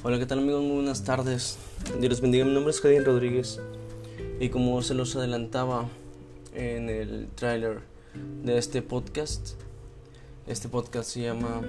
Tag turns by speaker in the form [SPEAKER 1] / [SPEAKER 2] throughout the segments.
[SPEAKER 1] Hola, ¿qué tal amigos? Muy buenas tardes. Dios les bendiga. Mi nombre es Javier Rodríguez y como se los adelantaba en el tráiler de este podcast se llama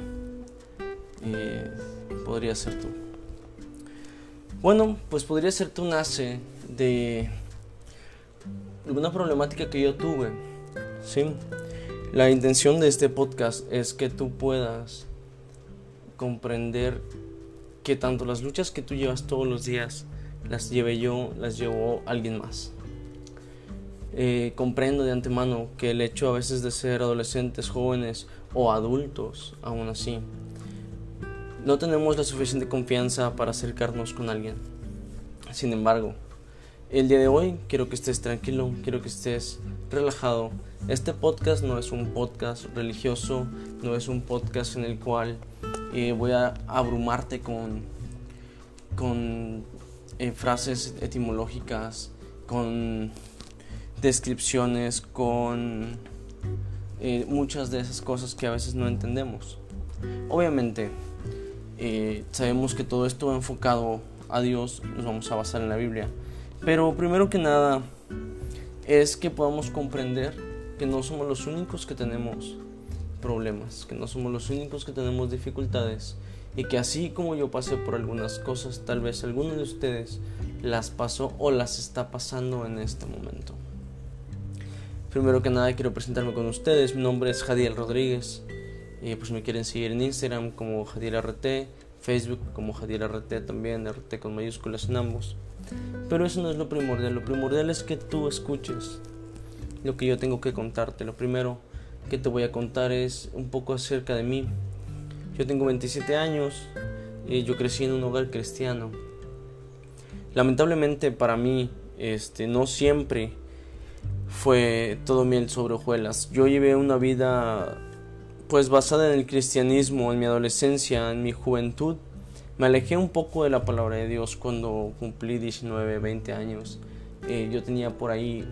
[SPEAKER 1] Podría ser tú. Bueno, pues Podría ser tú nace de una problemática que yo tuve, ¿sí? La intención de este podcast es que tú puedas comprender que tanto las luchas que tú llevas todos los días las llevé yo, las llevó alguien más. Comprendo de antemano que el hecho a veces de ser adolescentes, jóvenes o adultos, aún así, no tenemos la suficiente confianza para acercarnos con alguien. Sin embargo, el día de hoy quiero que estés tranquilo, quiero que estés relajado. Este podcast no es un podcast religioso, no es un podcast en el cual voy a abrumarte con frases etimológicas, con descripciones, con muchas de esas cosas que a veces no entendemos. Obviamente, sabemos que todo esto va enfocado a Dios, nos vamos a basar en la Biblia. Pero primero que nada es que podamos comprender que no somos los únicos que tenemos problemas, que no somos los únicos que tenemos dificultades y que así como yo pasé por algunas cosas, tal vez alguno de ustedes las pasó o las está pasando en este momento. Primero que nada quiero presentarme con ustedes. Mi nombre es Jadiel Rodríguez y pues me quieren seguir en Instagram como JadielRT, Facebook como JadielRT también, RT con mayúsculas en ambos. Pero eso no es lo primordial es que tú escuches lo que yo tengo que contarte. Lo primero que te voy a contar es un poco acerca de mí. Yo tengo 27 años y yo crecí en un hogar cristiano. Lamentablemente para mí no siempre fue todo miel sobre hojuelas. Yo llevé una vida pues basada en el cristianismo en mi adolescencia, en mi juventud. Me alejé un poco de la palabra de Dios cuando cumplí 19, 20 años. Yo tenía por ahí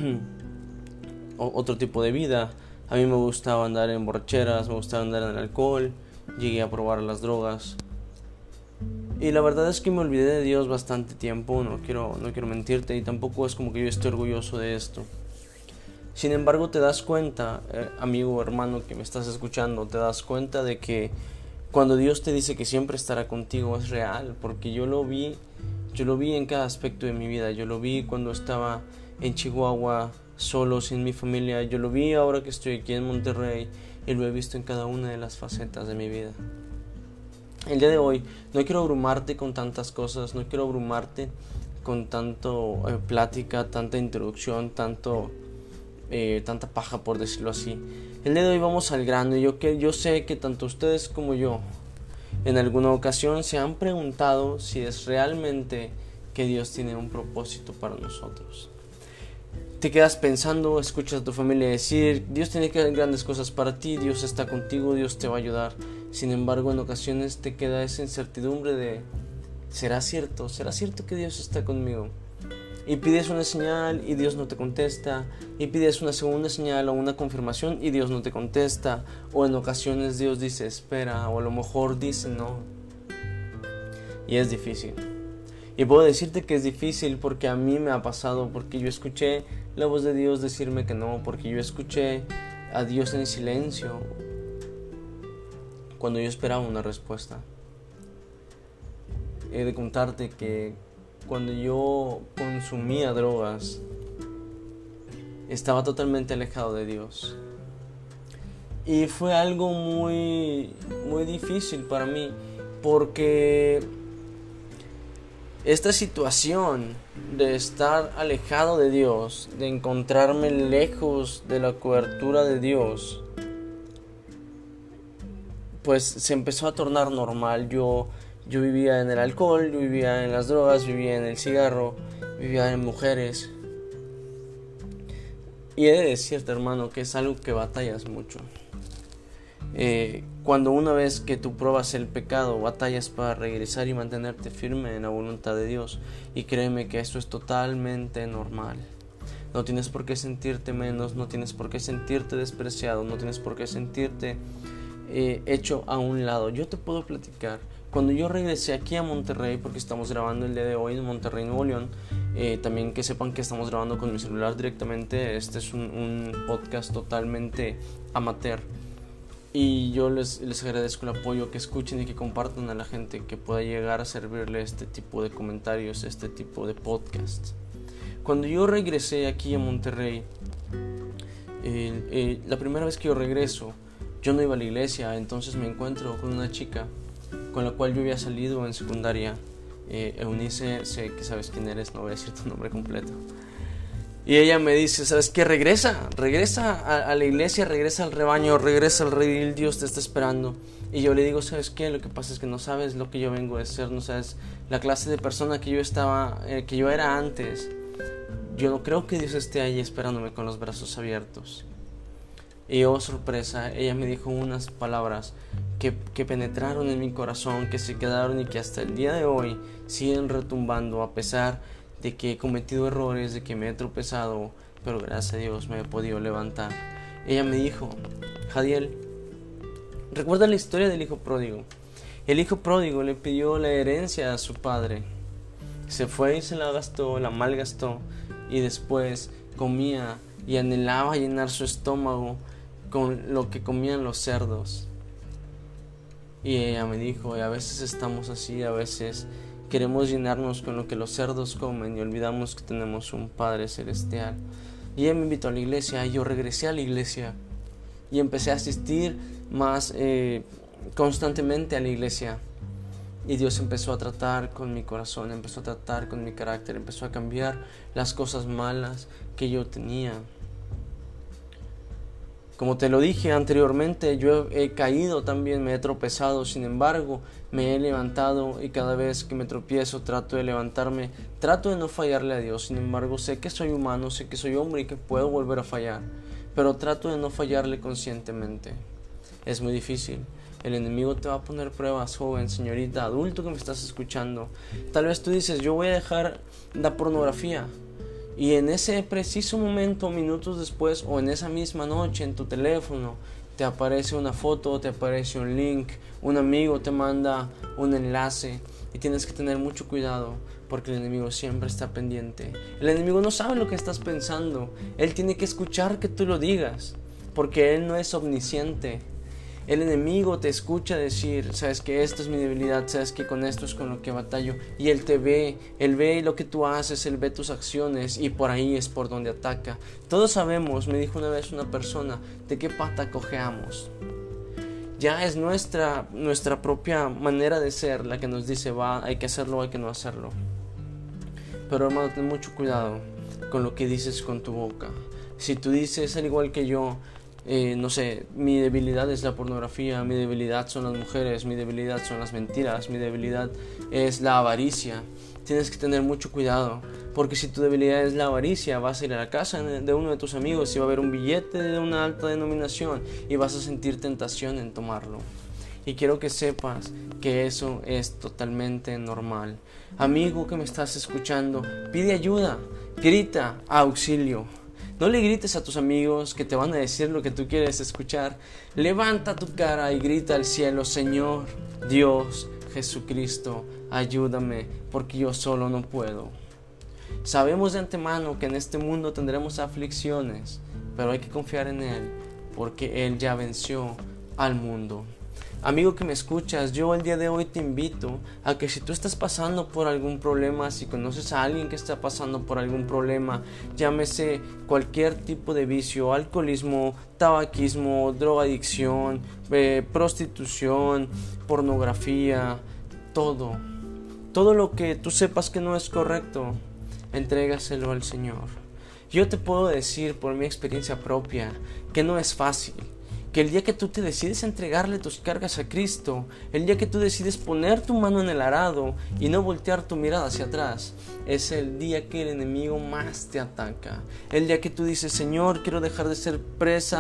[SPEAKER 1] otro tipo de vida. A mí me gustaba andar en borracheras, me gustaba andar en el alcohol, llegué a probar las drogas. Y la verdad es que me olvidé de Dios bastante tiempo, no quiero mentirte, y tampoco es como que yo esté orgulloso de esto. Sin embargo, te das cuenta, amigo o hermano que me estás escuchando, te das cuenta de que cuando Dios te dice que siempre estará contigo es real, porque yo lo vi en cada aspecto de mi vida. Yo lo vi cuando estaba en Chihuahua, solo, sin mi familia. Yo lo vi ahora que estoy aquí en Monterrey y lo he visto en cada una de las facetas de mi vida. El día de hoy no quiero abrumarte con tantas cosas, no quiero abrumarte con tanto plática, tanta introducción, tanta paja, por decirlo así. El día de hoy vamos al grano. Yo sé que tanto ustedes como yo en alguna ocasión se han preguntado si es realmente que Dios tiene un propósito para nosotros. Te quedas pensando, escuchas a tu familia decir: Dios tiene grandes cosas para ti, Dios está contigo, Dios te va a ayudar. Sin embargo, en ocasiones te queda esa incertidumbre de ¿será cierto que Dios está conmigo? Y pides una señal y Dios no te contesta, y pides una segunda señal o una confirmación y Dios no te contesta, o en ocasiones Dios dice espera, o a lo mejor dice no. Y es difícil. Y puedo decirte que es difícil porque a mí me ha pasado, porque yo escuché la voz de Dios decirme que no, porque yo escuché a Dios en silencio cuando yo esperaba una respuesta. He de contarte que cuando yo consumía drogas estaba totalmente alejado de Dios. Y fue algo muy, muy difícil para mí, porque esta situación de estar alejado de Dios, de encontrarme lejos de la cobertura de Dios, pues se empezó a tornar normal. Yo vivía en el alcohol, yo vivía en las drogas, vivía en el cigarro, vivía en mujeres. Y he de decirte, hermano, que es algo que batallas mucho. Cuando una vez que tú pruebas el pecado, batallas para regresar y mantenerte firme en la voluntad de Dios. Y créeme que esto es totalmente normal. No tienes por qué sentirte menos, no tienes por qué sentirte despreciado, no tienes por qué sentirte hecho a un lado. Yo te puedo platicar Cuando yo regresé aquí a Monterrey, porque estamos grabando el día de hoy en Monterrey, Nuevo León, también que sepan que estamos grabando con mi celular directamente. Este es un podcast totalmente amateur. Y yo les agradezco el apoyo, que escuchen y que compartan a la gente, que pueda llegar a servirle este tipo de comentarios, este tipo de podcasts. Cuando yo regresé aquí a Monterrey, la primera vez que yo regreso, yo no iba a la iglesia. Entonces me encuentro con una chica con la cual yo había salido en secundaria, Eunice, sé que sabes quién eres, no voy a decir tu nombre completo. Y ella me dice, ¿sabes qué? Regresa a la iglesia, regresa al rebaño, regresa al redil, Dios te está esperando. Y yo le digo, ¿sabes qué? Lo que pasa es que no sabes lo que yo vengo a ser, no sabes la clase de persona que yo era antes. Yo no creo que Dios esté ahí esperándome con los brazos abiertos. Y oh sorpresa, ella me dijo unas palabras que penetraron en mi corazón, que se quedaron y que hasta el día de hoy siguen retumbando, a pesar de que he cometido errores, de que me he tropezado, pero gracias a Dios me he podido levantar. Ella me dijo, Jadiel, ¿recuerda la historia del hijo pródigo? El hijo pródigo le pidió la herencia a su padre, se fue y se la gastó, la malgastó, y después comía y anhelaba llenar su estómago con lo que comían los cerdos. Y ella me dijo, a veces estamos así, a veces queremos llenarnos con lo que los cerdos comen y olvidamos que tenemos un Padre Celestial. Y ella me invitó a la iglesia, y yo regresé a la iglesia y empecé a asistir más constantemente a la iglesia. Y Dios empezó a tratar con mi corazón, empezó a tratar con mi carácter, empezó a cambiar las cosas malas que yo tenía. Como te lo dije anteriormente, yo he caído también, me he tropezado, sin embargo, me he levantado, y cada vez que me tropiezo trato de levantarme, trato de no fallarle a Dios. Sin embargo, sé que soy humano, sé que soy hombre y que puedo volver a fallar, pero trato de no fallarle conscientemente. Es muy difícil. El enemigo te va a poner pruebas, joven, señorita, adulto que me estás escuchando. Tal vez tú dices, yo voy a dejar la pornografía. Y en ese preciso momento, minutos después, o en esa misma noche, en tu teléfono, te aparece una foto, te aparece un link, un amigo te manda un enlace, y tienes que tener mucho cuidado, porque el enemigo siempre está pendiente. El enemigo no sabe lo que estás pensando, él tiene que escuchar que tú lo digas, porque él no es omnisciente. El enemigo te escucha decir, sabes que esto es mi debilidad, sabes que con esto es con lo que batallo, y él te ve, él ve lo que tú haces, él ve tus acciones, y por ahí es por donde ataca. Todos sabemos, me dijo una vez una persona, de qué pata cojeamos. Ya es nuestra propia manera de ser la que nos dice, hay que hacerlo, hay que no hacerlo. Pero hermano, ten mucho cuidado con lo que dices con tu boca. Si tú dices, al igual que yo, no sé, mi debilidad es la pornografía, mi debilidad son las mujeres, mi debilidad son las mentiras, mi debilidad es la avaricia, tienes que tener mucho cuidado, porque si tu debilidad es la avaricia, vas a ir a la casa de uno de tus amigos y va a haber un billete de una alta denominación y vas a sentir tentación en tomarlo. Y quiero que sepas que eso es totalmente normal. Amigo que me estás escuchando, pide ayuda, grita auxilio. No le grites a tus amigos que te van a decir lo que tú quieres escuchar. Levanta tu cara y grita al cielo, Señor, Dios, Jesucristo, ayúdame, porque yo solo no puedo. Sabemos de antemano que en este mundo tendremos aflicciones, pero hay que confiar en Él, porque Él ya venció al mundo. Amigo que me escuchas, yo el día de hoy te invito a que si tú estás pasando por algún problema, si conoces a alguien que está pasando por algún problema, llámese cualquier tipo de vicio, alcoholismo, tabaquismo, drogadicción, prostitución, pornografía, todo lo que tú sepas que no es correcto, entrégaselo al Señor. Yo te puedo decir por mi experiencia propia que no es fácil. Que el día que tú te decides entregarle tus cargas a Cristo, el día que tú decides poner tu mano en el arado y no voltear tu mirada hacia atrás, es el día que el enemigo más te ataca. El día que tú dices, Señor, quiero dejar de ser presa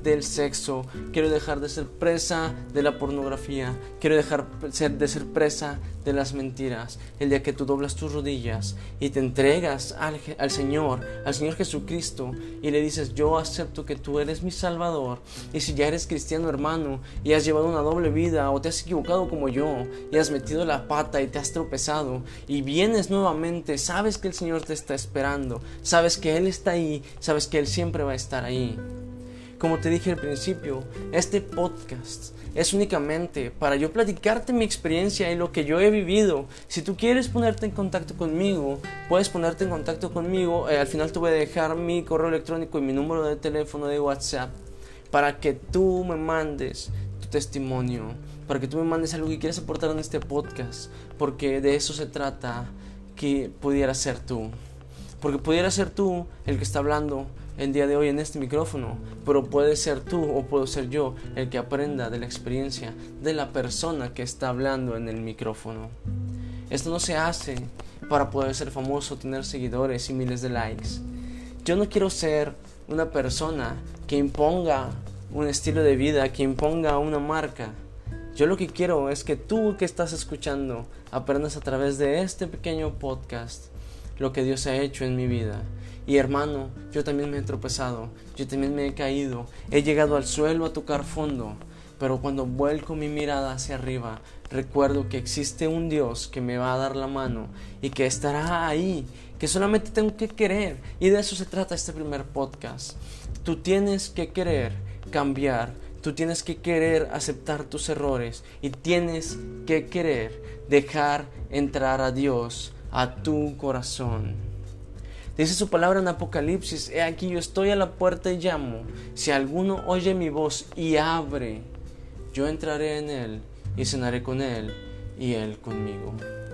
[SPEAKER 1] del sexo, quiero dejar de ser presa de la pornografía, quiero dejar de ser presa de las mentiras. El día que tú doblas tus rodillas y te entregas al Señor Jesucristo, y le dices: yo acepto que tú eres mi Salvador. Y si ya eres cristiano, hermano, y has llevado una doble vida, o te has equivocado como yo, y has metido la pata y te has tropezado, y vienes nuevamente, sabes que el Señor te está esperando, sabes que Él está ahí, sabes que Él siempre va a estar ahí. Como te dije al principio, este podcast es únicamente para yo platicarte mi experiencia y lo que yo he vivido. Si tú quieres ponerte en contacto conmigo, puedes ponerte en contacto conmigo. Al final te voy a dejar mi correo electrónico y mi número de teléfono de WhatsApp para que tú me mandes tu testimonio, para que tú me mandes algo que quieras aportar en este podcast, porque de eso se trata, que pudiera ser tú. Porque pudiera ser tú el que está hablando el día de hoy en este micrófono, pero puede ser tú o puedo ser yo el que aprenda de la experiencia de la persona que está hablando en el micrófono. Esto no se hace para poder ser famoso, tener seguidores y miles de likes. Yo no quiero ser una persona que imponga un estilo de vida, que imponga una marca. Yo lo que quiero es que tú que estás escuchando aprendas a través de este pequeño podcast lo que Dios ha hecho en mi vida. Y hermano, yo también me he tropezado, yo también me he caído, he llegado al suelo a tocar fondo, pero cuando vuelco mi mirada hacia arriba, recuerdo que existe un Dios que me va a dar la mano y que estará ahí, que solamente tengo que querer. Y de eso se trata este primer podcast. Tú tienes que querer cambiar, tú tienes que querer aceptar tus errores y tienes que querer dejar entrar a Dios a tu corazón. Dice su palabra en Apocalipsis: he aquí, yo estoy a la puerta y llamo. Si alguno oye mi voz y abre, yo entraré en él y cenaré con él y él conmigo.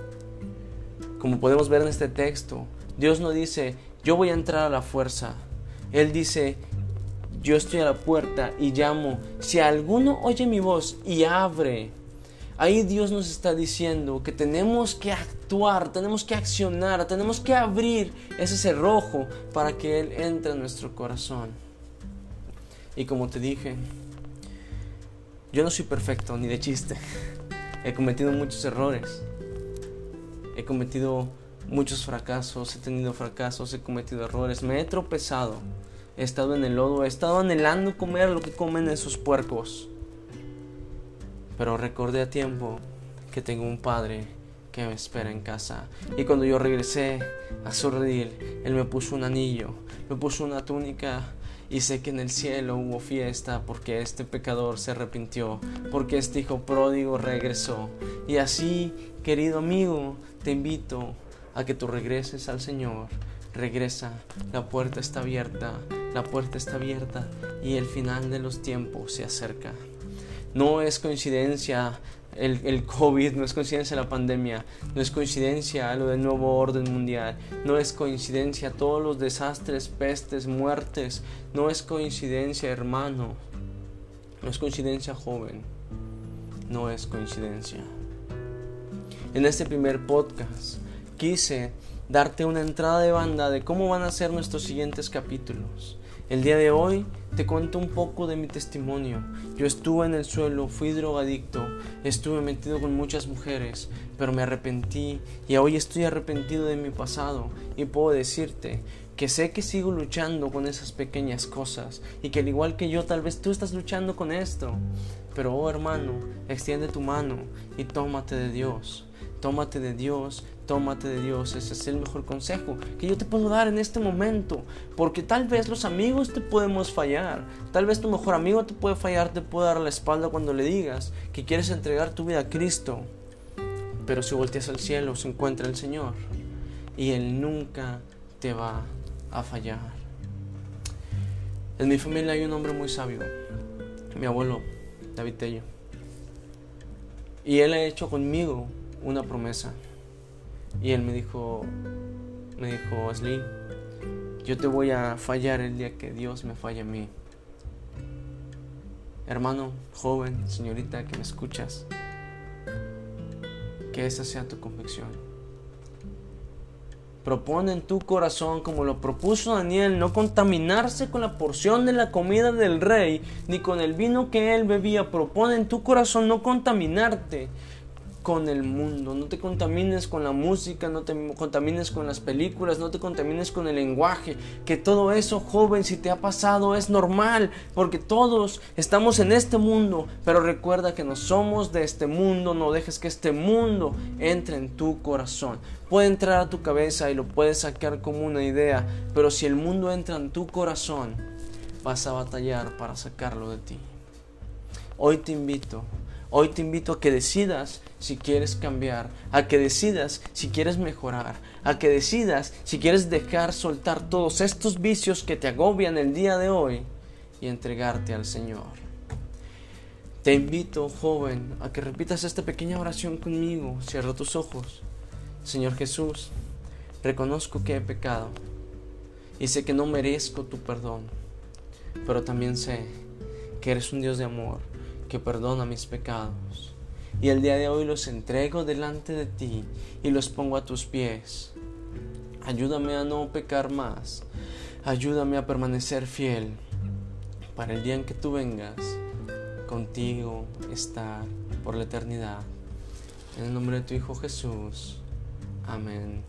[SPEAKER 1] Como podemos ver en este texto, Dios no dice: yo voy a entrar a la fuerza. Él dice: yo estoy a la puerta y llamo. Si alguno oye mi voz y abre. Ahí Dios nos está diciendo que tenemos que actuar, tenemos que accionar, tenemos que abrir ese cerrojo para que Él entre en nuestro corazón. Y como te dije, yo no soy perfecto ni de chiste. He cometido muchos errores, he cometido muchos fracasos, he tenido fracasos, he cometido errores, me he tropezado, he estado en el lodo, he estado anhelando comer lo que comen esos puercos. Pero recordé a tiempo que tengo un Padre que me espera en casa. Y cuando yo regresé a su redil, Él me puso un anillo, me puso una túnica, y sé que en el cielo hubo fiesta porque este pecador se arrepintió, porque este hijo pródigo regresó. Y así, querido amigo, te invito a que tú regreses al Señor. Regresa, la puerta está abierta y el final de los tiempos se acerca. No es coincidencia el COVID, no es coincidencia la pandemia, no es coincidencia lo del nuevo orden mundial, no es coincidencia todos los desastres, pestes, muertes, no es coincidencia, hermano, no es coincidencia, joven, no es coincidencia. En este primer podcast quise darte una entrada de banda de cómo van a ser nuestros siguientes capítulos. El día de hoy te cuento un poco de mi testimonio. Yo estuve en el suelo, fui drogadicto, estuve metido con muchas mujeres, pero me arrepentí y hoy estoy arrepentido de mi pasado y puedo decirte que sé que sigo luchando con esas pequeñas cosas y que al igual que yo tal vez tú estás luchando con esto, pero oh hermano, extiende tu mano y tómate de Dios. Tómate de Dios, tómate de Dios. Ese es el mejor consejo que yo te puedo dar en este momento. Porque tal vez los amigos te podemos fallar. Tal vez tu mejor amigo te puede fallar, te puede dar la espalda cuando le digas que quieres entregar tu vida a Cristo. Pero si volteas al cielo se encuentra el Señor y Él nunca te va a fallar. En mi familia hay un hombre muy sabio, mi abuelo David Tello. Y él ha hecho conmigo una promesa. Y él me dijo, Ashley, yo te voy a fallar el día que Dios me falle a mí. Hermano, joven, señorita que me escuchas, que esa sea tu convicción. Propone en tu corazón, como lo propuso Daniel, no contaminarse con la porción de la comida del rey, ni con el vino que él bebía. Propone en tu corazón no contaminarte con el mundo, no te contamines con la música, no te contamines con las películas, no te contamines con el lenguaje, que todo eso, joven, si te ha pasado es normal, porque todos estamos en este mundo, pero recuerda que no somos de este mundo. No dejes que este mundo entre en tu corazón. Puede entrar a tu cabeza y lo puedes sacar como una idea, pero si el mundo entra en tu corazón, vas a batallar para sacarlo de ti. Hoy te invito a que decidas si quieres cambiar, a que decidas si quieres mejorar, a que decidas si quieres soltar todos estos vicios que te agobian el día de hoy y entregarte al Señor. Te invito, joven, a que repitas esta pequeña oración conmigo. Cierra tus ojos. Señor Jesús, reconozco que he pecado y sé que no merezco tu perdón, pero también sé que eres un Dios de amor que perdona mis pecados, y el día de hoy los entrego delante de ti y los pongo a tus pies. Ayúdame a no pecar más, ayúdame a permanecer fiel para el día en que tú vengas, contigo estar por la eternidad. En el nombre de tu Hijo Jesús, amén.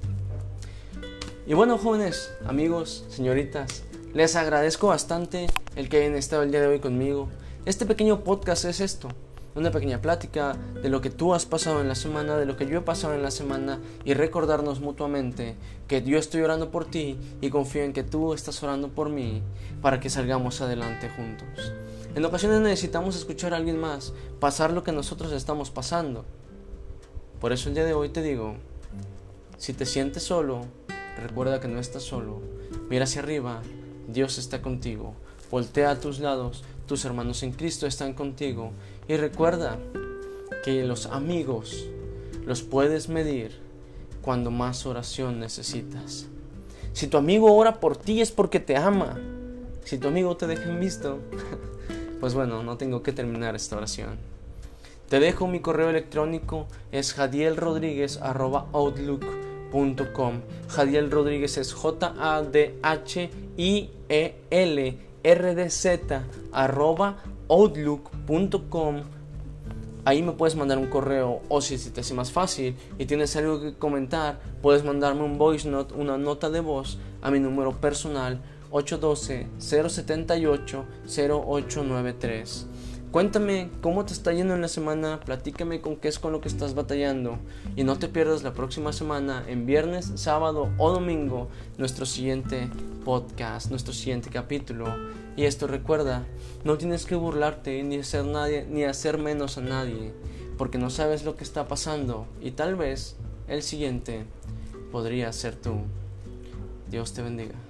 [SPEAKER 1] Y bueno, jóvenes, amigos, señoritas, les agradezco bastante el que hayan estado el día de hoy conmigo. Este pequeño podcast es esto, una pequeña plática de lo que tú has pasado en la semana, de lo que yo he pasado en la semana, y recordarnos mutuamente que yo estoy orando por ti y confío en que tú estás orando por mí para que salgamos adelante juntos. En ocasiones necesitamos escuchar a alguien más, pasar lo que nosotros estamos pasando. Por eso el día de hoy te digo, si te sientes solo, recuerda que no estás solo. Mira hacia arriba, Dios está contigo. Voltea a tus lados, tus hermanos en Cristo están contigo. Y recuerda que los amigos los puedes medir cuando más oración necesitas. Si tu amigo ora por ti es porque te ama. Si tu amigo te deja en visto, pues bueno, no tengo que terminar esta oración. Te dejo mi correo electrónico, es jadielrodriguez@outlook.com. Jadiel Rodríguez es JADHIELRDZ@outlook.com. Ahí me puedes mandar un correo, o si te hace más fácil y tienes algo que comentar, puedes mandarme un voice note, una nota de voz a mi número personal 812-078-0893. Cuéntame cómo te está yendo en la semana, platícame con qué es con lo que estás batallando, y no te pierdas la próxima semana, en viernes, sábado o domingo, nuestro siguiente podcast, nuestro siguiente capítulo. Y esto, recuerda, no tienes que burlarte ni hacer menos a nadie, porque no sabes lo que está pasando y tal vez el siguiente podría ser tú. Dios te bendiga.